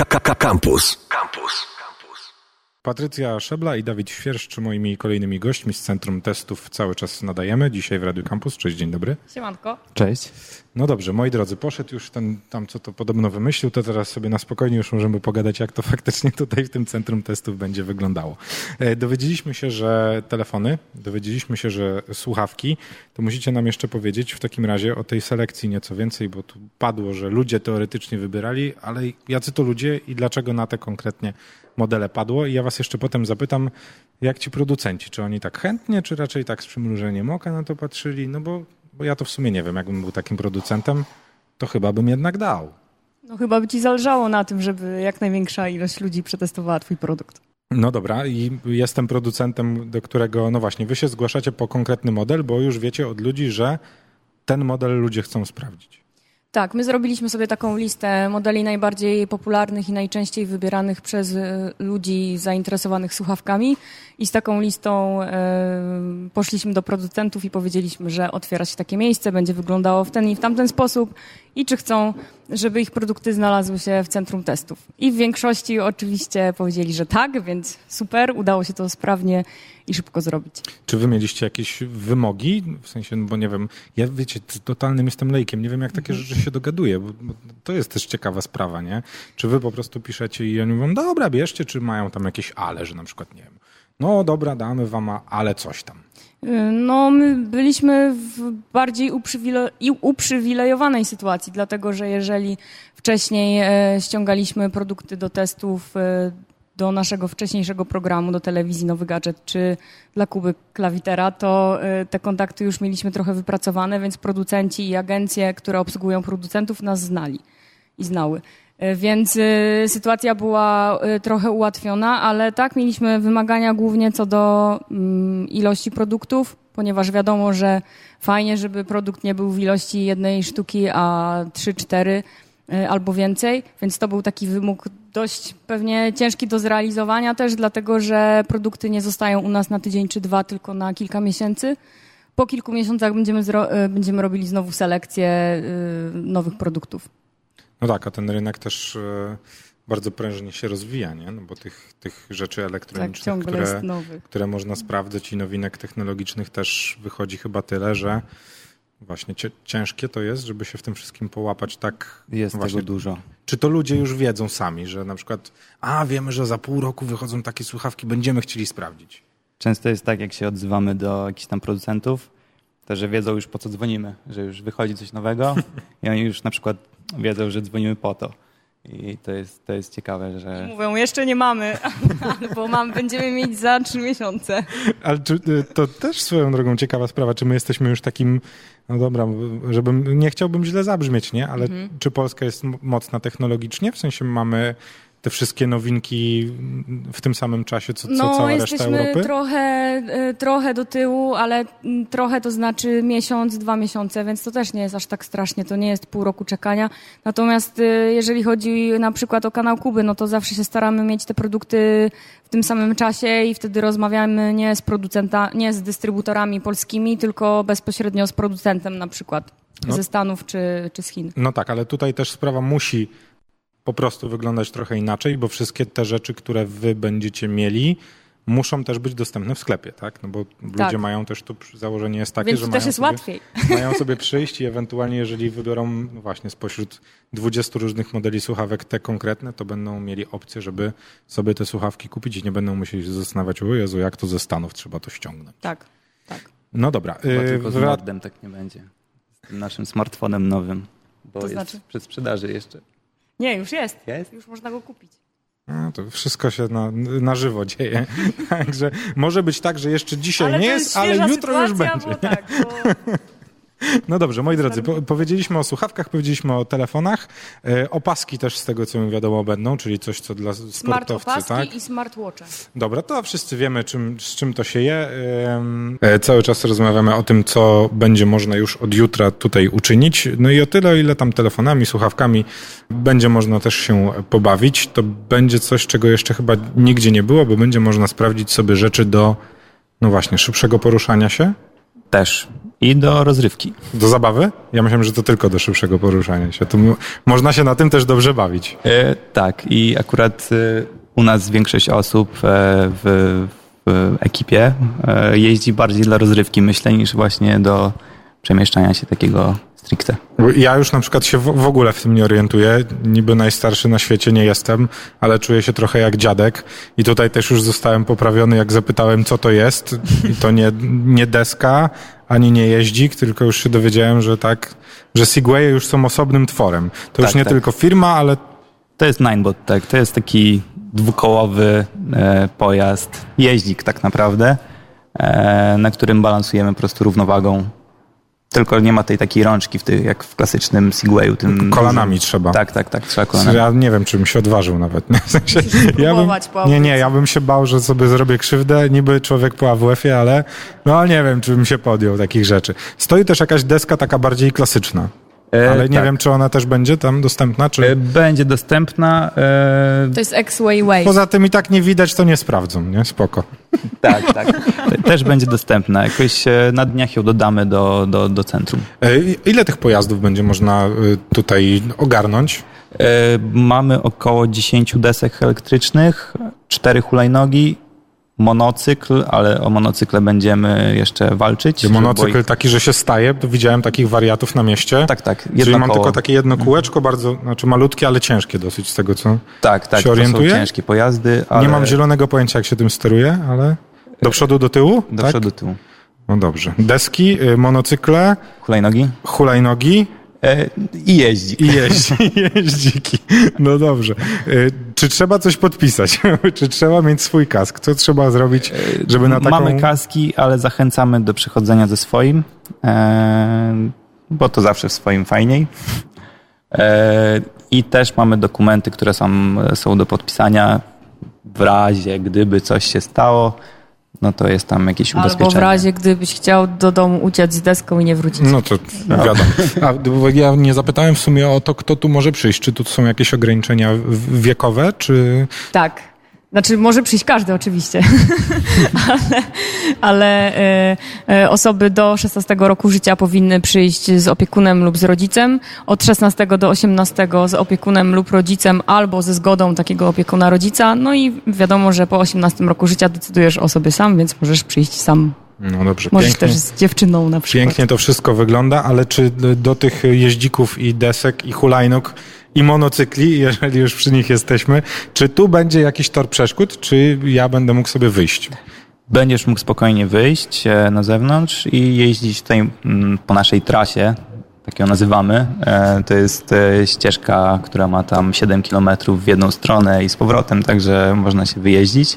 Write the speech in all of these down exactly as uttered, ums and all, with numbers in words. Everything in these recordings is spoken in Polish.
Campus. Campus. Patrycja Szebla i Dawid Świerszcz moimi kolejnymi gośćmi z Centrum Testów cały czas nadajemy. Dzisiaj w Radiu Campus. Cześć, dzień dobry. Siemanko. Cześć. No dobrze, moi drodzy, poszedł już ten tam, co to podobno wymyślił, to teraz sobie na spokojnie już możemy pogadać, jak to faktycznie tutaj w tym Centrum Testów będzie wyglądało. Dowiedzieliśmy się, że telefony, dowiedzieliśmy się, że słuchawki, to musicie nam jeszcze powiedzieć w takim razie o tej selekcji nieco więcej, bo tu padło, że ludzie teoretycznie wybierali, ale jacy to ludzie i dlaczego na te konkretnie modele padło? I ja was jeszcze potem zapytam, jak ci producenci, czy oni tak chętnie, czy raczej tak z przymrużeniem oka na to patrzyli? No bo Bo ja to w sumie nie wiem, jakbym był takim producentem, to chyba bym jednak dał. No chyba by ci zależało na tym, żeby jak największa ilość ludzi przetestowała twój produkt. No dobra, i jestem producentem, do którego, no właśnie, wy się zgłaszacie po konkretny model, bo już wiecie od ludzi, że ten model ludzie chcą sprawdzić. Tak, my zrobiliśmy sobie taką listę modeli najbardziej popularnych i najczęściej wybieranych przez ludzi zainteresowanych słuchawkami i z taką listą e, poszliśmy do producentów i powiedzieliśmy, że otwiera się takie miejsce, będzie wyglądało w ten i w tamten sposób i czy chcą, żeby ich produkty znalazły się w centrum testów. I w większości oczywiście powiedzieli, że tak, więc super, udało się to sprawnie i szybko zrobić. Czy wy mieliście jakieś wymogi? W sensie, no bo nie wiem, ja wiecie, totalnym jestem lejkiem, nie wiem jak takie rzeczy się dogaduje, bo, bo to jest też ciekawa sprawa, nie? Czy wy po prostu piszecie i oni mówią, dobra, bierzcie, czy mają tam jakieś ale, że na przykład, nie wiem, no dobra, damy wam, ale coś tam. No, my byliśmy w bardziej uprzywile- uprzywilejowanej sytuacji, dlatego że jeżeli wcześniej e, ściągaliśmy produkty do testów e, do naszego wcześniejszego programu, do telewizji Nowy Gadżet, czy dla Kuby Klawitera, to e, te kontakty już mieliśmy trochę wypracowane, więc producenci i agencje, które obsługują producentów, nas znali i znały. Więc y, sytuacja była y, trochę ułatwiona, ale tak, mieliśmy wymagania głównie co do y, ilości produktów, ponieważ wiadomo, że fajnie, żeby produkt nie był w ilości jednej sztuki, a trzy, cztery y, albo więcej, więc to był taki wymóg dość pewnie ciężki do zrealizowania też, dlatego że produkty nie zostają u nas na tydzień czy dwa, tylko na kilka miesięcy. Po kilku miesiącach będziemy, zro- y, będziemy robili znowu selekcję y, nowych produktów. No tak, a ten rynek też bardzo prężnie się rozwija, nie? No bo tych, tych rzeczy elektronicznych, tak, które, które można sprawdzać i nowinek technologicznych też wychodzi chyba tyle, że właśnie ciężkie to jest, żeby się w tym wszystkim połapać tak. Jest właśnie, tego dużo. Czy to ludzie już wiedzą sami, że na przykład a wiemy, że za pół roku wychodzą takie słuchawki, będziemy chcieli sprawdzić? Często jest tak, jak się odzywamy do jakichś tam producentów, to że wiedzą już po co dzwonimy, że już wychodzi coś nowego i oni już na przykład wiedzą, że dzwonimy po to. I to jest, to jest ciekawe, że... Mówią, jeszcze nie mamy, bo mam, będziemy mieć za trzy miesiące. Ale czy, to też swoją drogą ciekawa sprawa, czy my jesteśmy już takim, no dobra, żebym, nie chciałbym źle zabrzmieć, nie? Ale mhm. czy Polska jest mocna technologicznie? W sensie mamy te wszystkie nowinki w tym samym czasie, co, co no, cała reszta Europy? No, jesteśmy trochę, trochę do tyłu, ale trochę to znaczy miesiąc, dwa miesiące, więc to też nie jest aż tak strasznie, to nie jest pół roku czekania. Natomiast jeżeli chodzi na przykład o kanał Kuby, no to zawsze się staramy mieć te produkty w tym samym czasie i wtedy rozmawiamy nie z producenta, nie z dystrybutorami polskimi, tylko bezpośrednio z producentem na przykład no, ze Stanów czy, czy z Chin. No tak, ale tutaj też sprawa musi po prostu wyglądać trochę inaczej, bo wszystkie te rzeczy, które wy będziecie mieli, muszą też być dostępne w sklepie, tak? No bo tak. Ludzie mają też tu, założenie jest takie, więc że też mają, jest sobie, łatwiej. mają sobie przyjść i ewentualnie, jeżeli wybiorą no właśnie spośród dwudziestu różnych modeli słuchawek te konkretne, to będą mieli opcję, żeby sobie te słuchawki kupić i nie będą musieli się zastanawiać, o Jezu, jak to ze Stanów trzeba to ściągnąć. Tak, tak. No dobra. Chyba tylko z Nordem tak nie będzie. Z tym naszym smartfonem nowym, bo to jest znaczy? w przedsprzedaży jeszcze. Nie, już jest. Jest? Już można go kupić. No, to wszystko się na, na żywo dzieje. Także może być tak, że jeszcze dzisiaj ale nie jest, jest ale jutro już będzie. Bo tak, bo... No dobrze, moi drodzy, po, powiedzieliśmy o słuchawkach, powiedzieliśmy o telefonach. E, opaski też z tego, co mi wiadomo, będą, czyli coś, co dla smart sportowcy, opaski tak? i smartwatche. Dobra, to wszyscy wiemy, czym, z czym to się je. E, cały czas rozmawiamy o tym, co będzie można już od jutra tutaj uczynić. No i o tyle, o ile tam telefonami, słuchawkami będzie można też się pobawić, to będzie coś, czego jeszcze chyba nigdzie nie było, bo będzie można sprawdzić sobie rzeczy do, no właśnie, szybszego poruszania się. Też. i do rozrywki. Do zabawy? Ja myślałem, że to tylko do szybszego poruszania się. Tu m- można się na tym też dobrze bawić. E, tak, i akurat e, u nas większość osób e, w, w ekipie e, jeździ bardziej dla rozrywki, myślę, niż właśnie do przemieszczania się takiego stricte. Ja już na przykład się w, w ogóle w tym nie orientuję. Niby najstarszy na świecie nie jestem, ale czuję się trochę jak dziadek. I tutaj też już zostałem poprawiony, jak zapytałem, co to jest. I to nie, nie deska, ani nie jeździk, tylko już się dowiedziałem, że tak, że Segwaye już są osobnym tworem. To już Tak, nie tak. tylko firma, ale To jest Ninebot, tak. To jest taki dwukołowy e, pojazd, jeździk tak naprawdę, e, na którym balansujemy po prostu równowagą. Tylko nie ma tej takiej rączki, w tej, jak w klasycznym Segwayu. Tym kolanami dużym. trzeba. Tak, tak, tak, trzeba kolanami. Ja nie wiem, czy bym się odważył nawet. Nie? W sensie, ja bym, po nie, nie, ja bym się bał, że sobie zrobię krzywdę. Niby człowiek po A W F-ie, ale no nie wiem, czy bym się podjął takich rzeczy. Stoi też jakaś deska taka bardziej klasyczna. E, Ale nie tak. wiem, czy ona też będzie tam dostępna, E, czy... Będzie dostępna. E, To jest X-Way Way. Poza tym i tak nie widać, to nie sprawdzą, nie? Spoko. tak, tak. Też będzie dostępna. Jakoś e, na dniach ją dodamy do, do, do centrum. E, Ile tych pojazdów będzie można y, tutaj ogarnąć? E, Mamy około dziesięć desek elektrycznych, cztery hulajnogi, monocykl, ale o monocykle będziemy jeszcze walczyć. Monocykl bo ich- taki, że się staje, to widziałem takich wariatów na mieście. Tak, tak. Czyli Jedno mam koło. tylko takie jedno kółeczko, bardzo, znaczy malutkie, ale ciężkie dosyć z tego, co... Tak, tak. się To orientuję? są ciężkie pojazdy, ale Nie mam zielonego pojęcia, jak się tym steruje, ale... Do przodu, do tyłu? do tak? przodu, tyłu. No dobrze. Deski, y, monocykle, Hulajnogi hulajnogi e, i jeździ. i jeździ, jeździki. No dobrze. Y, Czy trzeba coś podpisać? Czy trzeba mieć swój kask? Co trzeba zrobić, żeby na taką... Mamy kaski, ale zachęcamy do przychodzenia ze swoim, e, bo to zawsze w swoim fajniej. E, I też mamy dokumenty, które są, są do podpisania w razie, gdyby coś się stało, no to jest tam jakieś ubezpieczenie. Albo w razie, gdybyś chciał do domu uciec z deską i nie wrócić. No to wiadomo. A, bo ja nie zapytałem w sumie o to, kto tu może przyjść. Czy tu są jakieś ograniczenia w- wiekowe, czy... Tak. Znaczy, może przyjść każdy oczywiście, ale, ale e, e, osoby do szesnastego roku życia powinny przyjść z opiekunem lub z rodzicem, od szesnastego do osiemnastego z opiekunem lub rodzicem albo ze zgodą takiego opiekuna rodzica, no i wiadomo, że po osiemnastym roku życia decydujesz o sobie sam, więc możesz przyjść sam. No dobrze, Możesz pięknie. też z dziewczyną na przykład. Pięknie to wszystko wygląda, ale czy do tych jeździków i desek i hulajnóg i monocykli, jeżeli już przy nich jesteśmy, czy tu będzie jakiś tor przeszkód, czy ja będę mógł sobie wyjść? Będziesz mógł spokojnie wyjść e, na zewnątrz i jeździć tutaj mm, po naszej trasie, tak ją nazywamy. E, To jest e, ścieżka, która ma tam siedem kilometrów w jedną stronę i z powrotem, także można się wyjeździć.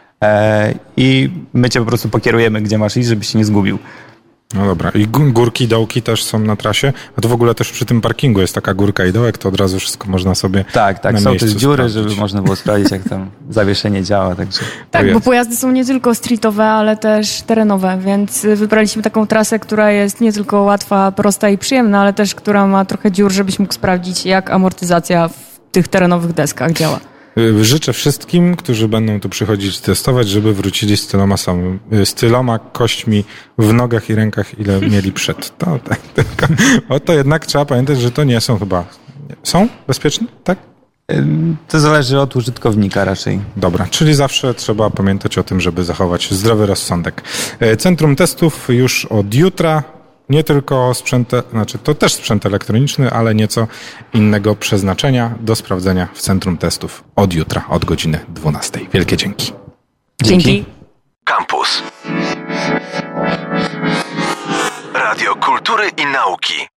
E, I my cię po prostu pokierujemy, gdzie masz iść, żebyś się nie zgubił. No dobra. I gó- górki, dołki też są na trasie? A to w ogóle też przy tym parkingu jest taka górka i dołek, to od razu wszystko można sobie Tak, tak, na są miejscu też dziury, sprawdzić. żeby można było sprawdzić, jak tam zawieszenie działa, także... Tak, jest. bo pojazdy są nie tylko streetowe, ale też terenowe, więc wybraliśmy taką trasę, która jest nie tylko łatwa, prosta i przyjemna, ale też która ma trochę dziur, żebyś mógł sprawdzić, jak amortyzacja w tych terenowych deskach działa. Y, Życzę wszystkim, którzy będą tu przychodzić testować, żeby wrócili z tyloma, samym, y, z tyloma kośćmi w nogach i rękach, ile mieli przed. To, tak, tylko, o, to jednak trzeba pamiętać, że to nie są chyba... Są bezpieczne? Tak? To zależy od użytkownika raczej. Dobra, czyli zawsze trzeba pamiętać o tym, żeby zachować zdrowy rozsądek. E, Centrum testów już od jutra, nie tylko sprzęt, znaczy to też sprzęt elektroniczny, ale nieco innego przeznaczenia do sprawdzenia w Centrum testów od jutra, od godziny dwunastej. Wielkie dzięki. Dzięki. Dzięki. Campus. Radio Kultury i Nauki.